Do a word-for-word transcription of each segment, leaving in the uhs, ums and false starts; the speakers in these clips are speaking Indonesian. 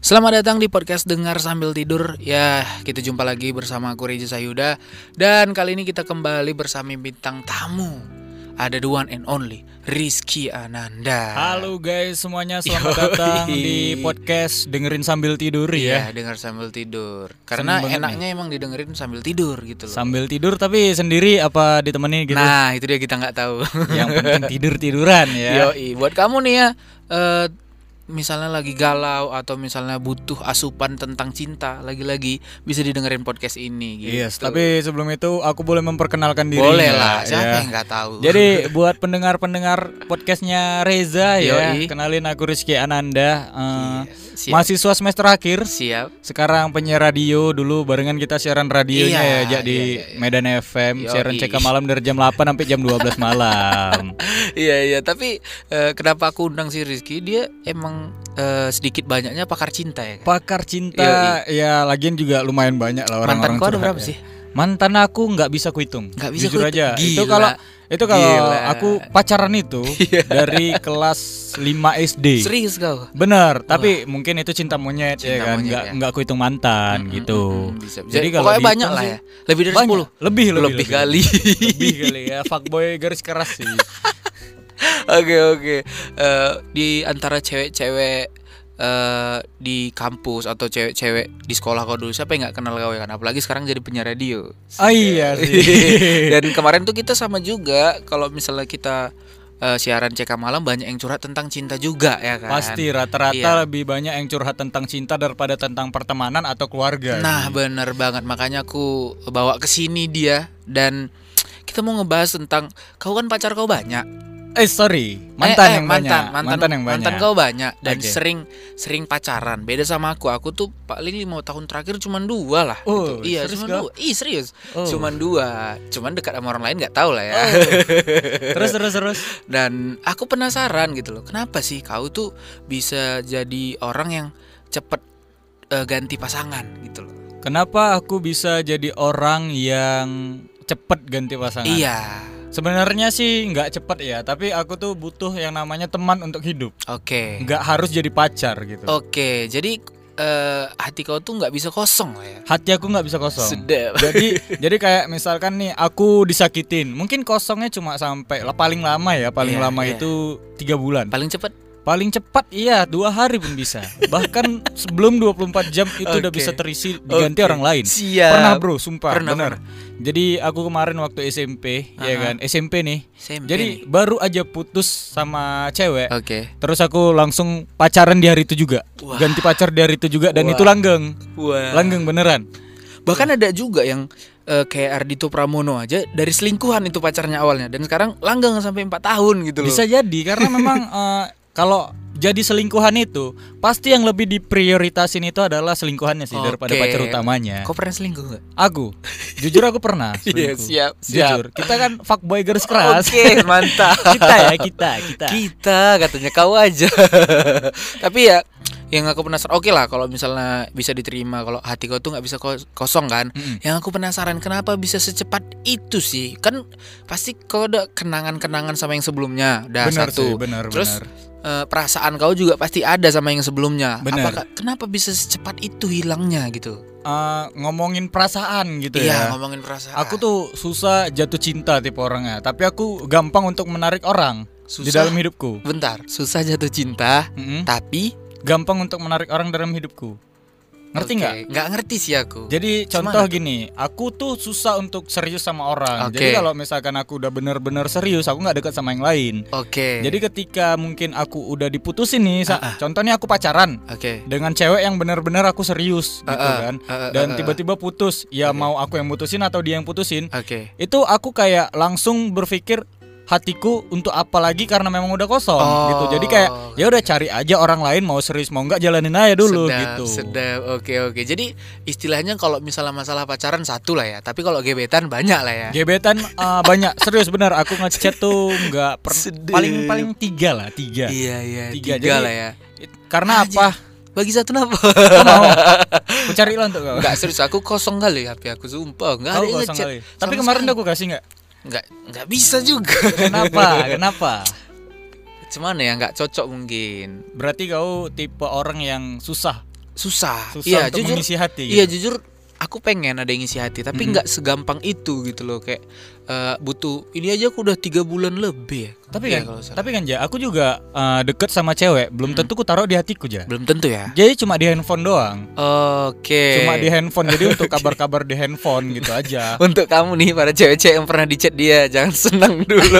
Selamat datang di podcast Dengar Sambil Tidur. Ya, kita jumpa lagi bersama aku Reza Sayuda. Dan kali ini kita kembali bersama bintang tamu. Ada the one and only Rizky Ananda. Halo guys semuanya, selamat datang di podcast Dengerin Sambil Tidur Iya, ya. dengar sambil tidur. Karena enaknya nih. Emang didengerin sambil tidur gitu loh. Sambil tidur tapi sendiri apa ditemenin gitu. Nah, itu dia kita nggak tahu. Yang penting tidur-tiduran ya. Yoi, buat kamu nih ya, uh, misalnya lagi galau atau misalnya butuh asupan tentang cinta, lagi-lagi bisa didengerin podcast ini gitu. Yes, tapi sebelum itu aku boleh memperkenalkan diri. Boleh lah, siapa ya. yang nggak tahu. Jadi buat pendengar-pendengar podcastnya Reza ya, Yoi. kenalin aku Rizky Ananda, uh, Siap. mahasiswa semester akhir. Siap. Sekarang penyiar radio, dulu barengan kita siaran radionya Iya, ya, jadi iya, iya, iya. Medan F M, Yoi. siaran C K malam dari jam delapan sampai jam dua belas malam. Iya iya, tapi uh, kenapa aku undang si Rizky? Dia emang uh, sedikit banyaknya pakar cinta ya kan? Pakar cinta ya, lagian juga lumayan banyak lah orang-orang. Mantan kau ada curhat berapa ya. sih? Mantan aku nggak bisa kuhitung. Nggak bisa Jujur kuhitung. aja. Gila. Itu kalau itu kalau Gila. aku pacaran itu dari kelas lima S D. Serius kau? Bener, tapi mungkin itu cinta monyet Cinta ya kan, monyet, nggak ya. nggak kuhitung mantan Mm, gitu. mm, mm, bisa, bisa. Jadi kalau pokoknya dihitung banyak lah sih, ya. Lebih dari banyak. sepuluh. Lebih, lebih, Lebih lebih. kali. Lebih kali ya, fuckboy garis keras sih. Oke oke. Eh, di antara cewek-cewek eh di kampus atau cewek-cewek di sekolah kau dulu, siapa yang nggak kenal kau ya kan? Apalagi sekarang jadi penyiar radio. Ah iya sih. Dan kemarin tuh kita sama juga. Kalau misalnya kita eh, siaran C K malam, banyak yang curhat tentang cinta juga ya kan. Pasti rata-rata Iya. lebih banyak yang curhat tentang cinta daripada tentang pertemanan atau keluarga. Nah sih. bener banget, makanya aku bawa ke sini dia. Dan kita mau ngebahas tentang, kau kan pacar kau banyak. Eh sorry, mantan Eh, eh, yang mantan, banyak. mantan, Mantan yang banyak. mantan kau banyak dan Oke. sering sering pacaran. Beda sama aku, aku tuh paling lima tahun terakhir cuman dua lah. Oh, gitu. Iya serius cuman kau? dua. Ih serius, Oh. cuman dua. Cuman dekat sama orang lain nggak tahu lah ya. Oh. Terus terus terus. Dan aku penasaran gitu loh, kenapa sih kau tuh bisa jadi orang yang cepet eh, ganti pasangan gitu loh. Kenapa aku bisa jadi orang yang cepet ganti pasangan? Iya. Sebenarnya sih nggak cepet ya, tapi aku tuh butuh yang namanya teman untuk hidup. Oke. Nggak harus jadi pacar gitu. Oke, jadi eh, hati kau tuh nggak bisa kosong lah ya. Hati aku nggak bisa kosong. Sedap. Jadi jadi kayak misalkan nih aku disakitin, mungkin kosongnya cuma sampai lah paling lama ya, paling Iya, lama iya. itu tiga bulan. Paling cepet. Paling cepat iya dua hari pun bisa. Bahkan sebelum dua puluh empat jam itu udah Oke. bisa terisi diganti Oke. orang lain. Siap. Pernah bro, sumpah Pernah, bener. pernah. Jadi aku kemarin waktu S M P ya Aha. kan, S M P nih. S M P Jadi nih. baru aja putus sama cewek. Oke. Terus aku langsung pacaran di hari itu juga. Wah. Ganti pacar di hari itu juga dan Wah. itu langgeng. Wah. Langgeng beneran. Bahkan ada juga yang eh, kayak Ardhito Pramono aja dari selingkuhan itu pacarnya awalnya, dan sekarang langgeng sampai empat tahun gitu loh. Bisa jadi karena memang eh, kalau jadi selingkuhan itu pasti yang lebih diprioritasin itu adalah selingkuhannya sih daripada Oke. pacar utamanya. Kau pernah selingkuh nggak? Aku, jujur aku pernah Iya, selingkuh. siap, siap. Jujur, kita kan fuckboy garis keras. Oke, mantap. kita ya, kita, kita. Kita katanya kau aja. Tapi ya yang aku penasaran, oke lah kalau misalnya bisa diterima kalau hati kau tuh nggak bisa kos- kosong kan. Mm-mm. Yang aku penasaran kenapa bisa secepat itu sih? Kan pasti kau ada kenangan-kenangan sama yang sebelumnya. Udah Benar satu. sih, benar, Terus benar. eh, perasaan kau juga pasti ada sama yang sebelumnya. Benar. Apakah kenapa bisa secepat itu hilangnya gitu? Eh, ngomongin perasaan gitu Iya, ya. ngomongin perasaan. Aku tuh susah jatuh cinta tipe orangnya, tapi aku gampang untuk menarik orang di Susah? dalam hidupku. bentar, susah jatuh cinta, Mm-mm. tapi Gampang untuk menarik orang dalam hidupku. Ngerti oke, nggak? Nggak ngerti sih aku. Jadi Gimana contoh tuh? gini, aku tuh susah untuk serius sama orang. Oke. Jadi kalau misalkan aku udah bener-bener serius, aku nggak dekat sama yang lain. Oke. Jadi ketika mungkin aku udah diputusin nih, sa- Ah, ah. contohnya aku pacaran Oke. dengan cewek yang benar-benar aku serius gitu Ah, ah. kan, Ah, ah, dan ah, ah. tiba-tiba putus, ya Oke. mau aku yang mutusin atau dia yang putusin, Oke. itu aku kayak langsung berpikir hatiku untuk apa lagi karena memang udah kosong Oh. gitu. Jadi kayak ya udah cari aja orang lain, mau serius mau enggak jalanin aja dulu sedap, gitu. Sedap. Oke oke. Jadi istilahnya kalau misalnya masalah pacaran satu lah ya. Tapi kalau gebetan banyak lah ya. Gebetan uh, banyak, serius benar. Aku ngechat tuh nggak per- Sedap. paling paling tiga lah, tiga. Iya iya. Tiga. Tiga, Jadi, lah ya. It- Karena Anjing. apa? Bagi satu napa? Kau mau? Aku cari lah untuk kau. Enggak serius, aku kosong kali H P aku, sumpah. Enggak Kau ada yang kosong ngechat. kali. Tapi Sama kemarin sekali. udah aku kasih nggak? Enggak enggak bisa juga. Kenapa? Kenapa? Cuman ya enggak cocok mungkin. Berarti kau tipe orang yang susah susah. Susah Iya, untuk jujur. mengisi hati. Iya, Gitu. jujur aku pengen ada yang ngisi hati, tapi Mm-mm. nggak segampang itu gitu loh. Kayak eh, butuh ini aja aku udah tiga bulan lebih ya. Tapi Iya, kan, kalau salah. tapi kan ja, aku juga eh, deket sama cewek, belum Mm. tentu ku taruh di hatiku ja. belum tentu ya. Jadi cuma di handphone doang. Oke. Cuma di handphone, jadi untuk kabar-kabar di handphone gitu aja. Untuk kamu nih para cewek-cewek yang pernah di chat dia, jangan senang dulu.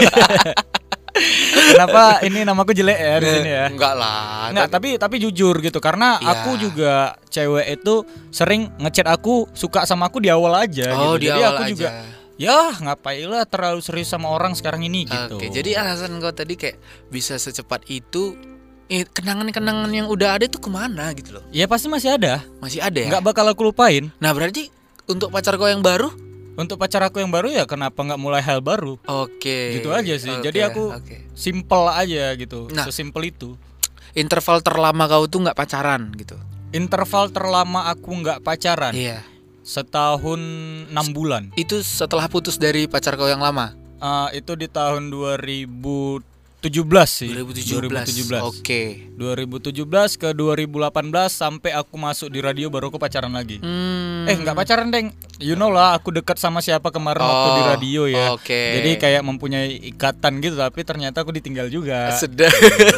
Kenapa ini namaku jelek ya di sini ya? Enggak lah. Enggak, tapi tapi jujur gitu karena Iya. aku juga cewek itu sering ngechat aku suka sama aku di awal aja Oh, gitu. di Jadi awal aku aja. juga ya ngapailah terlalu serius sama orang sekarang ini gitu. Oke, jadi alasan kau tadi kayak bisa secepat itu, eh, kenangan-kenangan yang udah ada itu kemana gitu loh? Ya pasti masih ada. Masih ada ya? Nggak bakal aku lupain. Nah berarti untuk pacar kau yang baru? Untuk pacar aku yang baru ya kenapa nggak mulai hal baru? Oke. Gitu aja sih. Oke, Jadi aku oke. simple aja gitu. Nah. Sesimpel itu. Interval terlama kau tuh nggak pacaran gitu? Interval terlama aku nggak pacaran Iya. setahun enam bulan. Itu setelah putus dari pacar kau yang lama? Eh, itu di tahun dua ribu tujuh belas sih. dua ribu tujuh belas. Oke. dua ribu tujuh belas ke dua ribu delapan belas sampai aku masuk di radio baru aku pacaran lagi. Hmm. Eh nggak pacaran deng, you know lah aku dekat sama siapa kemarin waktu di Oh, radio ya. oke. Jadi kayak mempunyai ikatan gitu tapi ternyata aku ditinggal juga. Sedap.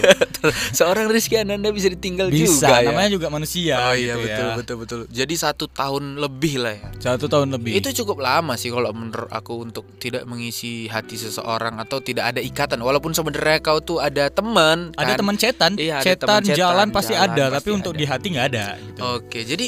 Seorang Rizky Ananda bisa ditinggal Bisa, juga ya. namanya juga manusia. Oh iya gitu betul ya. betul betul. Jadi satu tahun lebih lah ya. Satu tahun lebih. Itu cukup lama sih kalau menurut aku untuk tidak mengisi hati seseorang atau tidak ada ikatan. Walaupun sebenarnya kau tuh ada teman. ada kan? teman cetan, Iya, ada cetan, teman cetan, jalan pasti jalan ada, pasti tapi untuk ada. di hati nggak ada. Gitu. Oke, jadi,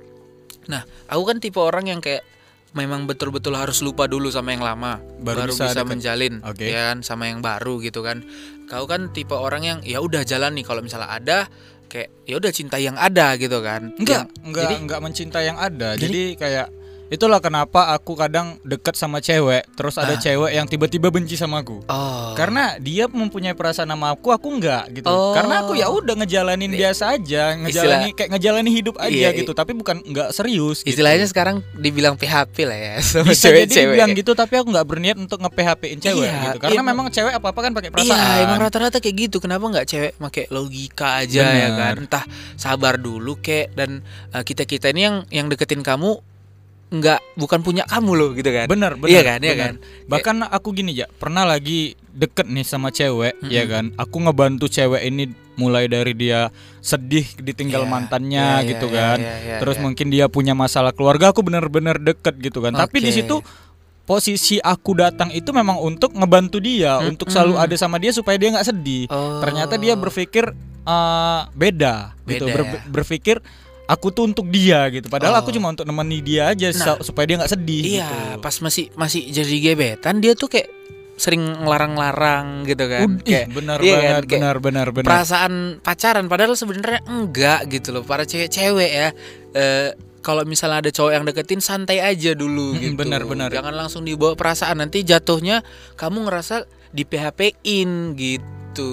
nah aku kan tipe orang yang kayak memang betul-betul harus lupa dulu sama yang lama, Baru baru, bisa bisa, deket. menjalin, Oke. ya kan, sama yang baru gitu kan. Kau kan tipe orang yang ya udah jalan nih kalau misalnya ada, kayak ya udah cinta yang ada gitu kan. Enggak, Yang- enggak, Jadi enggak mencinta yang ada. Jadi- Jadi, kayak itulah kenapa aku kadang deket sama cewek, terus ada Ah. cewek yang tiba-tiba benci sama aku. oh, Karena dia mempunyai perasaan sama aku, aku enggak gitu. Oh. Karena aku ya udah ngejalanin biasa aja, ngejalani kayak ngejalani hidup aja Iya, gitu, tapi bukan enggak serius. gitu. istilahnya sekarang dibilang P H P lah ya sama bisa jadi cewek-cewek. dibilang gitu, tapi aku nggak berniat untuk nge-P H P-in cewek Iya, gitu. Karena iya, memang cewek apa-apa kan pakai perasaan. Iya, emang rata-rata kayak gitu. Kenapa nggak cewek pakai logika aja ya Bener. kan? Entah sabar dulu kek dan uh, kita-kita ini yang yang deketin kamu nggak bukan punya kamu loh gitu kan? Bener, bener, Iya kan, iya bener. kan? Bahkan aku gini ya, pernah lagi deket nih sama cewek, ya kan. Aku ngebantu cewek ini mulai dari dia sedih ditinggal Iya, mantannya iya, gitu iya, kan. iya, iya, Terus iya. mungkin dia punya masalah keluarga, aku bener-bener deket gitu kan. Tapi di Oke. situ posisi aku datang itu memang untuk ngebantu dia, Mm-mm. untuk selalu ada sama dia supaya dia nggak sedih. Oh. Ternyata dia berpikir eh, beda, gitu. Beda Ber- ya? berpikir aku tuh untuk dia gitu. Padahal Oh. aku cuma untuk nemeni dia aja Nah, sa- supaya dia nggak sedih. Iya, gitu. pas masih masih jadi gebetan dia tuh kayak sering ngelarang-larang gitu kan. Ud- ih, Kayak benar iya banget, kan, kayak benar benar benar. perasaan pacaran padahal sebenarnya enggak gitu loh. Para cewek-cewek ya eh, kalau misalnya ada cowok yang deketin santai aja dulu Mm-mm, gitu. benar, benar. Jangan langsung dibawa perasaan, nanti jatuhnya kamu ngerasa di P H P-in gitu.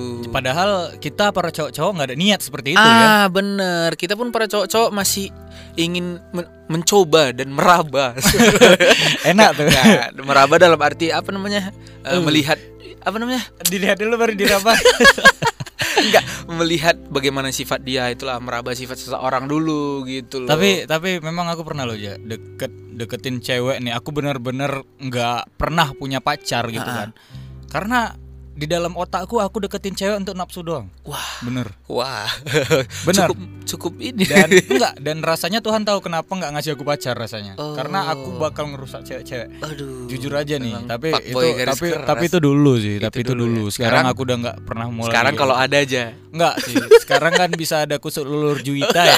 Padahal kita para cowok-cowok nggak ada niat seperti itu ya. Ah bener, kita pun para cowok-cowok masih ingin men- mencoba dan meraba. Enak tuh. Nggak, meraba dalam arti apa namanya? Eh, Uh. melihat apa namanya? Dilihat dulu baru diraba. Enggak, melihat bagaimana sifat dia, itulah meraba sifat seseorang dulu gitu loh. tapi tapi memang aku pernah loh ya deket deketin cewek nih. Aku benar-benar nggak pernah punya pacar gitu Ah. kan. Karena di dalam otakku aku deketin cewek untuk nafsu doang. wah, Bener. wah. Benar. Cukup cukup ini. Dan enggak, dan rasanya Tuhan tahu kenapa nggak ngasih aku pacar rasanya. Oh. Karena aku bakal ngerusak cewek-cewek. Aduh. Jujur aja nih, Emang tapi itu fuckboy garis tapi keras. tapi itu dulu sih, Itu tapi itu dulu dulu. ya. Sekarang, Sekarang- aku udah nggak pernah mulai. Sekarang lagi. kalau ada aja. Enggak sih. Sekarang kan bisa ada kusuk lulur juwita ya.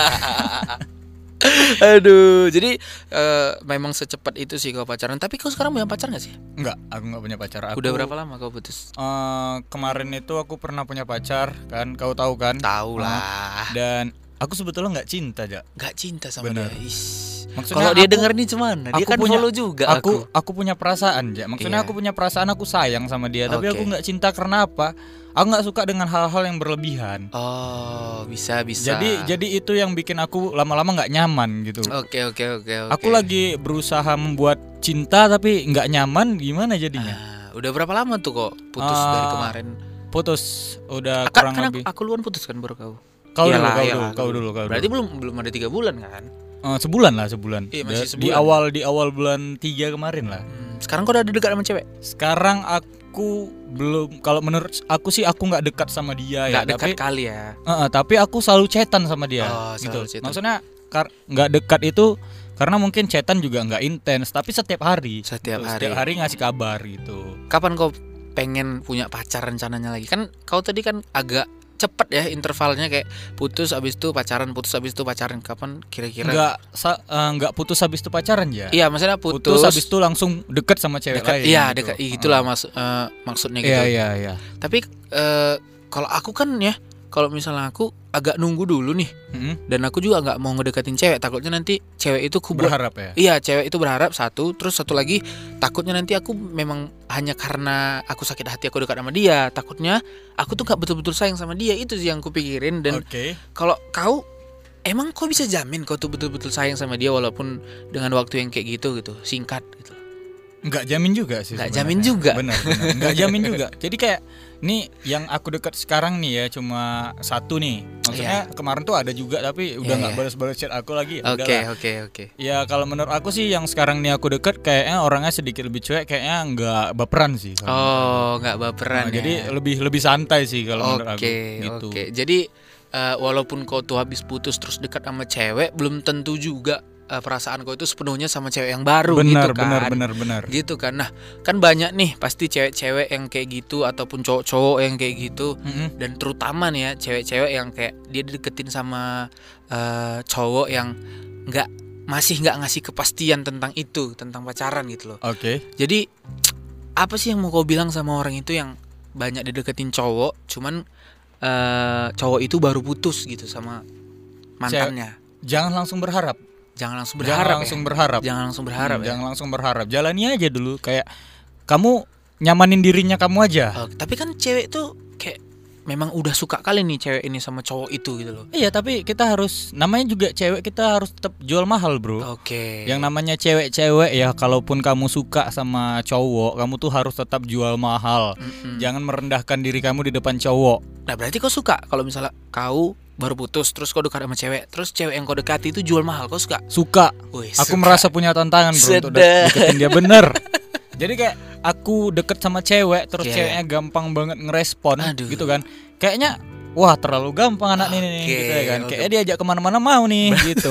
Aduh, jadi eh, memang secepat itu sih kau pacaran. Tapi kau sekarang punya pacar gak sih? Enggak, aku enggak punya pacar. Aku, Udah berapa lama kau putus? eh, kemarin itu aku pernah punya pacar kan, kau tahu kan? Tahu Ah, lah. Dan aku sebetulnya nggak cinta aja. Gak cinta sama Bener. dia. Ish. Maksudnya Kalau dia aku- denger nih cuman, dia aku kan punya- follow juga Aku aku. aku punya perasaan ya. Maksudnya Iya. aku punya perasaan, aku sayang sama dia, tapi Oke. aku nggak cinta karena apa? Aku nggak suka dengan hal-hal yang berlebihan. Oh, bisa bisa. Jadi jadi itu yang bikin aku lama-lama nggak nyaman gitu. Oke oke oke oke. Aku lagi berusaha membuat cinta tapi nggak nyaman, gimana jadinya? Ah, udah berapa lama tuh kok putus Ah, dari kemarin? Putus udah Kan, kurang kan aku, lebih. aku luan putus kan baru kau. kau dulu, Iyalah, kau iyalah, dulu, kau dulu, kau Berarti dulu. belum belum ada tiga bulan kan? Eh, sebulan lah, sebulan. Iya, masih Da- sebulan. Di awal di awal bulan tiga kemarin lah. Hmm, sekarang kau udah ada dekat sama cewek? Sekarang aku belum, kalau menurut aku sih aku nggak dekat sama dia Nggak ya, dekat tapi kali ya. eh, eh, tapi aku selalu chatan sama dia Oh, gitu. selalu chatan. Maksudnya kar- nggak dekat itu karena mungkin chatan juga nggak intens, tapi setiap hari. Setiap Gitu, hari. Setiap hari ngasih kabar gitu. Kapan kau pengen punya pacar rencananya lagi? Kan kau tadi kan agak cepet ya intervalnya, kayak putus abis itu pacaran, putus abis itu pacaran. Kapan kira-kira? Nggak sa- eh, nggak putus habis itu pacaran ya. Iya, maksudnya putus, Putus habis itu langsung deket sama cewek dekat. lain. Iya, gitu. dekat. Itulah Eh. mas, eh, maksudnya gitu. Iya iya iya. Tapi eh, kalau aku kan ya, kalau misalnya aku agak nunggu dulu nih, Mm-mm. dan aku juga nggak mau ngedeketin cewek, takutnya nanti cewek itu kubu. Berharap ya. Iya, cewek itu berharap satu, terus satu lagi takutnya nanti aku memang hanya karena aku sakit hati aku dekat sama dia, takutnya aku tuh gak betul-betul sayang sama dia. Itu sih yang kupikirin. Dan Oke. kalau kau, emang kau bisa jamin kau tuh betul-betul sayang sama dia walaupun dengan waktu yang kayak gitu gitu, singkat gitu. Nggak jamin juga sih. Nggak sebenarnya. jamin juga. Benar, benar. Nggak jamin juga. Jadi kayak nih yang aku dekat sekarang nih ya cuma satu nih. Maksudnya kemarin tuh ada juga tapi udah Iya, nggak iya. balas-balas chat aku lagi. Ya Oke, udahlah. oke, oke. Ya kalau menurut aku sih yang sekarang nih aku deket kayaknya orangnya sedikit lebih cuek, kayaknya nggak baperan sih. kalau menurut aku. Oh, nggak baperan Nah, ya. jadi lebih lebih santai sih kalau menurut aku. Oke, Gitu. oke. Jadi eh, walaupun kau tuh habis putus terus dekat sama cewek, belum tentu juga eh, perasaan kau itu sepenuhnya sama cewek yang baru Benar, gitu kan. benar, benar, benar. Gitu kan. Nah, kan banyak nih pasti cewek-cewek yang kayak gitu ataupun cowok-cowok yang kayak gitu. Mm-mm. Dan terutama nih ya cewek-cewek yang kayak dia deketin sama eh, cowok yang nggak masih nggak ngasih kepastian tentang itu, tentang pacaran gitu loh. Oke. Jadi apa sih yang mau kau bilang sama orang itu yang banyak dideketin cowok, cuman eh, cowok itu baru putus gitu sama mantannya? Jangan langsung berharap. Jangan langsung Jangan berharap. langsung ya. berharap. Jangan langsung berharap. Hmm, ya. Jangan langsung berharap. Jalani aja dulu kayak kamu nyamanin dirinya kamu aja. Oh, tapi kan cewek tuh kayak memang udah suka kali nih cewek ini sama cowok itu gitu loh. Iya, tapi kita harus, namanya juga cewek, kita harus tetap jual mahal, bro. Oke. Yang namanya cewek-cewek ya, kalaupun kamu suka sama cowok, kamu tuh harus tetap jual mahal. Mm-mm. Jangan merendahkan diri kamu di depan cowok. Nah, berarti kau suka kalau misalnya kau baru putus terus kau dekat sama cewek, terus cewek yang kau dekati itu jual mahal, kau suka? Suka. Wih, Aku suka. merasa punya tantangan, bro, untuk Sedap. de- deketin dia bener. Jadi kayak aku deket sama cewek, terus Iya. ceweknya gampang banget ngerespon, Aduh. gitu kan. Kayaknya, wah terlalu gampang anak ini nih, Oke, gitu ya kan. oke. Kayaknya diajak kemana-mana mau nih, gitu.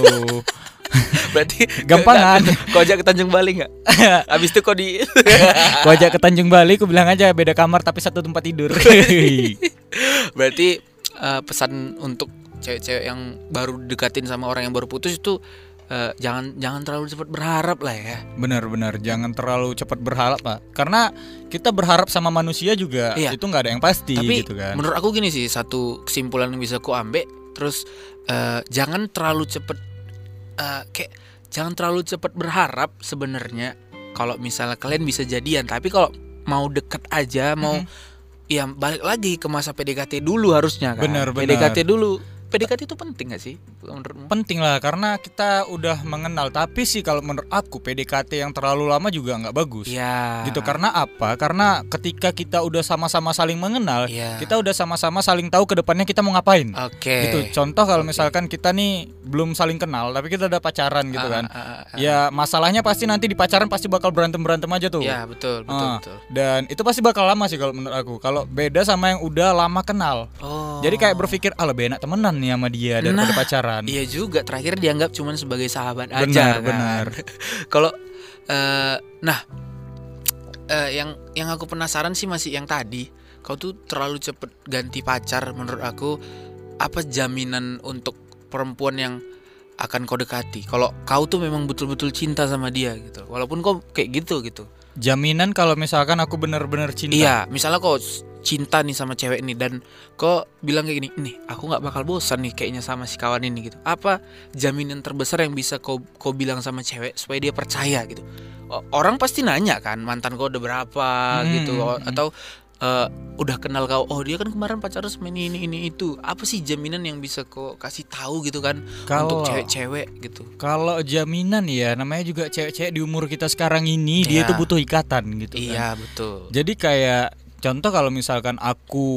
Berarti Gampangan. Kau ajak ke Tanjung Bali nggak? Abis itu kau di Ku ajak ke Tanjung Bali, ku bilang aja beda kamar tapi satu tempat tidur. Berarti eh, pesan untuk cewek-cewek yang baru deketin sama orang yang baru putus itu eh, jangan jangan terlalu cepat berharap lah ya. Benar-benar, jangan terlalu cepat berharap, Pak. Karena kita berharap sama manusia juga Iya. itu nggak ada yang pasti, Tapi gitu kan. menurut aku gini sih, satu kesimpulan yang bisa ku ambil, terus eh, jangan terlalu cepat eh, kayak jangan terlalu cepat berharap sebenarnya kalau misalnya kalian bisa jadian. Tapi kalau mau deket aja, mau ya balik lagi ke masa P D K T dulu harusnya kan. Benar, P D K T benar. dulu. P D K T itu penting gak sih menurutmu? Penting lah karena kita udah mengenal. Tapi sih kalau menurut aku P D K T yang terlalu lama juga nggak bagus. Iya. Gitu, karena apa? Karena ketika kita udah sama-sama saling mengenal, Iya. kita udah sama-sama saling tahu ke depannya kita mau ngapain. Oke. Gitu. Contoh kalau misalkan kita nih belum saling kenal tapi kita udah pacaran gitu kan. Ah, ah, ah, ah. Ya masalahnya pasti nanti di pacaran pasti bakal berantem-berantem aja tuh. Ya betul betul Ah, betul. Dan itu pasti bakal lama sih kalau menurut aku. Kalau beda sama yang udah lama kenal. Oh. Jadi kayak berpikir, ah lebih enak temenan nih sama dia daripada Nah, pacaran. Iya juga, terakhir dianggap cuman sebagai sahabat Benar, aja kan. benar. Kalau eh, nah eh, yang yang aku penasaran sih masih yang tadi. Kau tuh terlalu cepet ganti pacar menurut aku. Apa jaminan untuk perempuan yang akan kau dekati? Kalau kau tuh memang betul-betul cinta sama dia gitu. Walaupun kau kayak gitu gitu. Jaminan kalau misalkan aku benar-benar cinta. Iya, misalnya kau cinta nih sama cewek ini dan kau bilang kayak gini, nih aku nggak bakal bosan nih kayaknya sama si kawan ini gitu. Apa jaminan terbesar yang bisa kau kau bilang sama cewek supaya dia percaya gitu? O- Orang pasti nanya kan, mantan kau udah berapa Hmm, gitu, O- hmm. atau eh, udah kenal kau, oh dia kan kemarin pacaran sama ini ini ini itu. Apa sih jaminan yang bisa kau kasih tahu gitu kan Kalau- untuk cewek-cewek gitu? Kalau jaminan ya, namanya juga cewek-cewek di umur kita sekarang ini, dia Iya. itu butuh ikatan gitu kan. Iya betul. Jadi kayak contoh kalau misalkan aku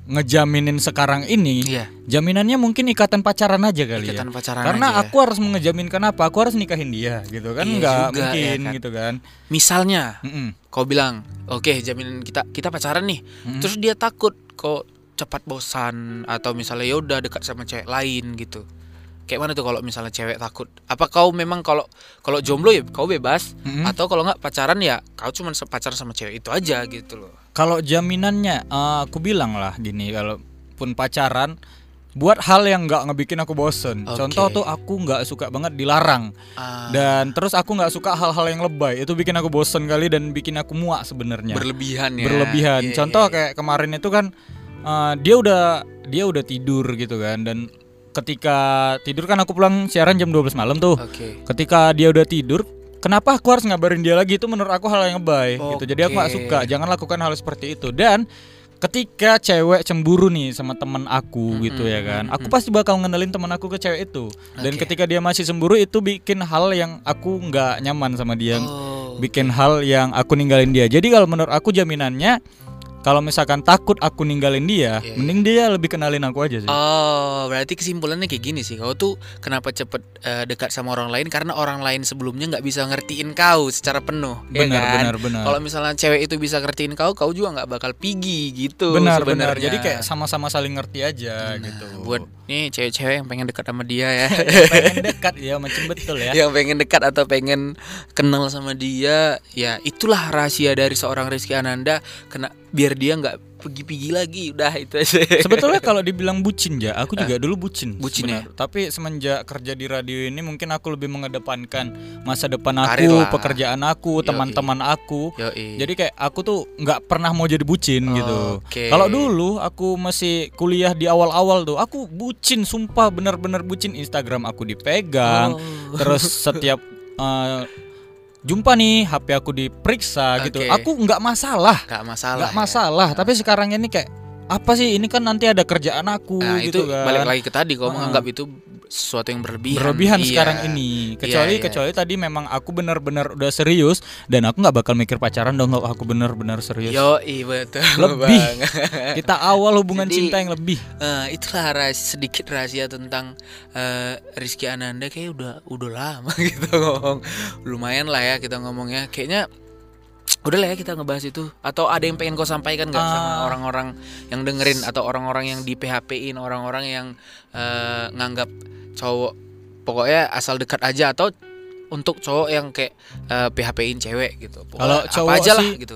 ngejaminin sekarang ini, Iya. jaminannya mungkin ikatan pacaran aja kali Ikatan ya. pacaran Karena aja ya. aku harus mengejaminkan apa? Aku harus nikahin dia gitu kan? Iya Nggak juga, mungkin ya kan. gitu kan? Misalnya Mm-mm. kau bilang, oke jaminan kita kita pacaran nih, Mm-mm. terus dia takut kok cepat bosan atau misalnya ya udah dekat sama cewek lain gitu. Kayak mana tuh kalau misalnya cewek takut? Apa kau memang kalau kalau jomblo ya kau bebas, Mm-mm. atau kalau nggak pacaran ya kau cuma pacaran sama cewek itu aja gitu loh. Kalau jaminannya, eh, aku bilang lah gini, kalaupun pacaran, buat hal yang nggak ngebikin aku bosen. Oke. Contoh tuh aku nggak suka banget dilarang, Ah, dan terus aku nggak suka hal-hal yang lebay. Itu bikin aku bosen kali dan bikin aku muak sebenarnya. berlebihan ya. Berlebihan. Iya, Contoh iya, iya. kayak kemarin itu kan, eh, dia udah dia udah tidur gitu kan, dan ketika tidur kan aku pulang siaran jam dua belas malam tuh. Oke. Ketika dia udah tidur, kenapa aku harus ngabarin dia lagi? Itu menurut aku hal yang lebay gitu. Jadi aku nggak Oke. suka. Jangan lakukan hal seperti itu. Dan ketika cewek cemburu nih sama teman aku Mm-mm, gitu ya kan, aku mm-mm. pasti bakal ngenalin teman aku ke cewek itu. Dan Oke. ketika dia masih cemburu, itu bikin hal yang aku nggak nyaman sama dia, Oh, bikin hal yang aku ninggalin dia. Jadi kalau menurut aku jaminannya, kalau misalkan takut aku ninggalin dia, Iya, mending dia lebih kenalin aku aja sih. Oh, berarti kesimpulannya kayak gini sih. Kau tuh kenapa cepet eh, dekat sama orang lain karena orang lain sebelumnya nggak bisa ngertiin kau secara penuh. ya Benar, kan? benar, benar. Kalau misalnya cewek itu bisa ngertiin kau, kau juga nggak bakal pigi gitu. Benar, benar. sebenarnya. Jadi kayak sama-sama saling ngerti aja gitu. Buat nih cewek-cewek yang pengen dekat sama dia ya. pengen dekat ya, macam betul ya. Yang pengen dekat atau pengen kenal sama dia, ya itulah rahasia dari seorang Rizky Ananda. Kena biar dia nggak pergi-pergi lagi, udah itu aja. Sebetulnya kalau dibilang bucin ya, aku juga dulu bucin. Bucin sebenar. Tapi semenjak kerja di radio ini, mungkin aku lebih mengedepankan masa depan Karir aku, lah. pekerjaan aku, Yoi. teman-teman aku. Yoi. Jadi kayak aku tuh nggak pernah mau jadi bucin gitu. Oke. Kalau dulu aku masih kuliah di awal-awal tuh, aku bucin, sumpah benar-benar bucin. Instagram aku dipegang, Oh. terus setiap eh, jumpa nih H P aku diperiksa gitu. Oke. Aku nggak masalah. Nggak masalah. Nggak ya. masalah, tapi sekarang ini kayak apa sih, ini kan nanti ada kerjaan aku Nah, gitu itu kan. balik lagi ke tadi kau Heeh. menganggap itu sesuatu yang berlebihan. Berlebihan Iya. sekarang ini. Kecuali Iya, iya. kecuali tadi memang aku benar-benar udah serius, dan aku nggak bakal mikir pacaran dong kalau aku benar-benar serius. Yo, iya betul. Lebih. Bang. Kita awal hubungan Jadi, cinta yang lebih. Eh, itulah rahasia, sedikit rahasia tentang eh, Rizky Ananda. Kayak udah udah lama kita ngomong. Lumayan lah ya kita ngomongnya. Kayaknya udah lah ya kita ngebahas itu. Atau ada yang pengen kau sampaikan nggak sama Ah. orang-orang yang dengerin, atau orang-orang yang di P H P-in, orang-orang yang eh, nganggap cowok pokoknya asal dekat aja, atau untuk cowok yang kayak eh, P H P-in cewek gitu. Pokoknya Kalau apa cowok aja lah sih, gitu.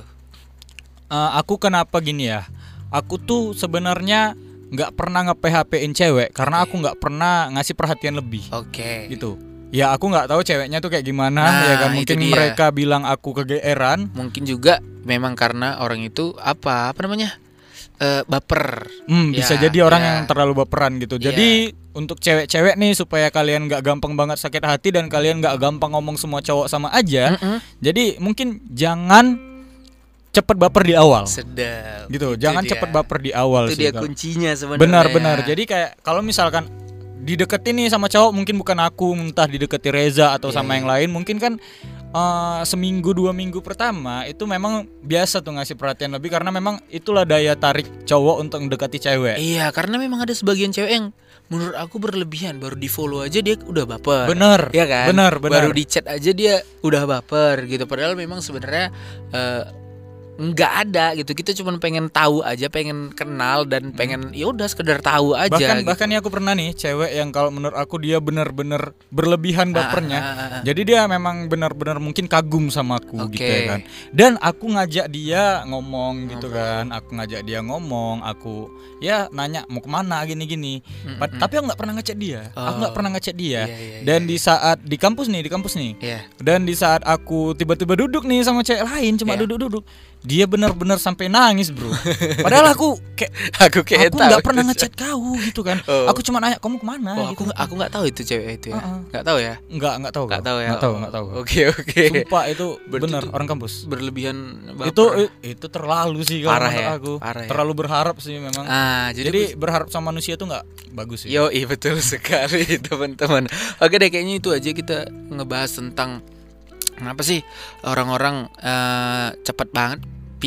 Eh, aku kenapa gini ya? Aku tuh sebenarnya nggak pernah nge-P H P-in cewek karena Oke. aku nggak pernah ngasih perhatian lebih. Oke. Gitu. Ya aku nggak tahu ceweknya tuh kayak gimana. Nah, Ya kan, itu mungkin dia. mereka bilang aku kegeeran. Mungkin juga memang karena orang itu apa apa namanya Eh, baper. Hmm, Ya, bisa jadi orang ya. yang terlalu baperan gitu. Ya. Jadi untuk cewek-cewek nih, supaya kalian nggak gampang banget sakit hati dan kalian nggak gampang ngomong semua cowok sama aja. Mm-mm. Jadi mungkin jangan cepet baper di awal. Sedap. Gitu. Itu Jangan dia. cepet baper di awal Itu sih. dia kalau- kuncinya sebenarnya. Benar-benar. Jadi kayak kalau misalkan dideketin nih sama cowok, mungkin bukan aku, entah dideketi Reza atau Iya, sama iya. yang lain, mungkin kan eh, seminggu dua minggu pertama itu memang biasa tuh ngasih perhatian lebih, karena memang itulah daya tarik cowok untuk mendekati cewek. Iya, karena memang ada sebagian cewek yang menurut aku berlebihan, baru di follow aja dia udah baper. Bener, Iya kan? bener, bener. Baru di chat aja dia udah baper gitu. Padahal memang sebenarnya eh, nggak ada gitu. Kita cuma pengen tahu aja, pengen kenal dan pengen ya udah sekedar tahu aja. bahkan gitu. bahkan nih aku pernah nih cewek yang kalau menurut aku dia bener-bener berlebihan bapernya. Ah, ah, ah, ah. Jadi dia memang benar-benar mungkin kagum sama aku Oke. gitu ya kan. Dan aku ngajak dia ngomong gitu Ngobrol. kan. Aku ngajak dia ngomong, aku ya nanya mau kemana gini-gini. Mm-mm. Pa- Tapi aku nggak pernah ngechat dia. Aku nggak Oh. pernah ngechat dia. Iya, iya, Dan iya, di saat di kampus nih, di kampus nih. Iya. Dan di saat aku tiba-tiba duduk nih sama cewek lain, cuma Iya. duduk-duduk, dia benar-benar sampai nangis, bro. Padahal aku kayak Aku kayak aku tahu nggak pernah itu. ngechat kau gitu kan. Oh. Aku cuma nanya kamu kemana Oh, gitu. aku aku nggak tahu itu cewek itu ya. Uh-uh. Nggak tahu ya. Nggak nggak tahu. Nggak kau. tahu ya. Nggak tahu, Oh, nggak tahu. kau. Oke, oke. Sumpah itu Berarti bener itu orang kampus. Berlebihan baper. Itu itu terlalu sih kalau Parah menurut ya, aku. parah ya. Terlalu berharap sih memang. Ah, jadi, Jadi berharap sama manusia tuh nggak bagus sih. yo, iya betul sekali teman-teman. Oke deh, kayaknya itu aja kita ngebahas tentang kenapa sih orang-orang eh, cepat banget pindah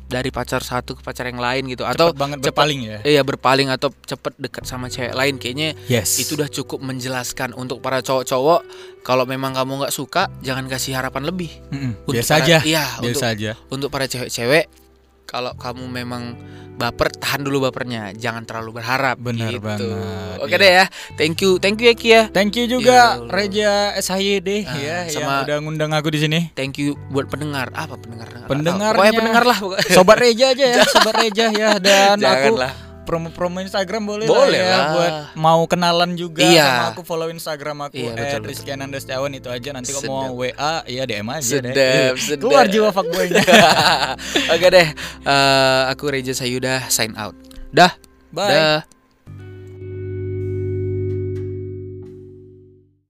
dari pacar satu ke pacar yang lain gitu, atau Cepet banget cepet- berpaling ya. Iya berpaling atau cepet dekat sama cewek lain, kayaknya Yes. itu udah cukup menjelaskan untuk para cowok-cowok. Kalau memang kamu nggak suka, jangan kasih harapan lebih. Mm-mm. Untuk Biasa para- aja. Iya, Biasa untuk aja. untuk para cewek-cewek, kalau kamu memang baper, tahan dulu bapernya, jangan terlalu berharap. Bener gitu. banget, Oke iya. deh ya, thank you, thank you ya Ki ya. Thank you juga Iya. Reja S H Y D Ah, ya sama- yang udah ngundang aku di sini. Thank you buat pendengar. Apa pendengar? Nggak tahu. Pendengarnya. Pokoknya pendengar lah. pokoknya. Sobat Reja aja ya, Sobat Reja ya, dan aku Janganlah. promo-promo Instagram boleh, Boleh lah ya lah. buat mau kenalan juga Iya. sama aku, follow Instagram aku Iya, at betul, Rizky Ananda Setiawan, itu aja. Nanti kalau mau Sedap. W A ya D M aja Sedap, deh. sedap. Keluar jiwa fuckboy-nya. Oke deh, eh, aku Reja Sayuda sign out. Dah. Bye. Dah.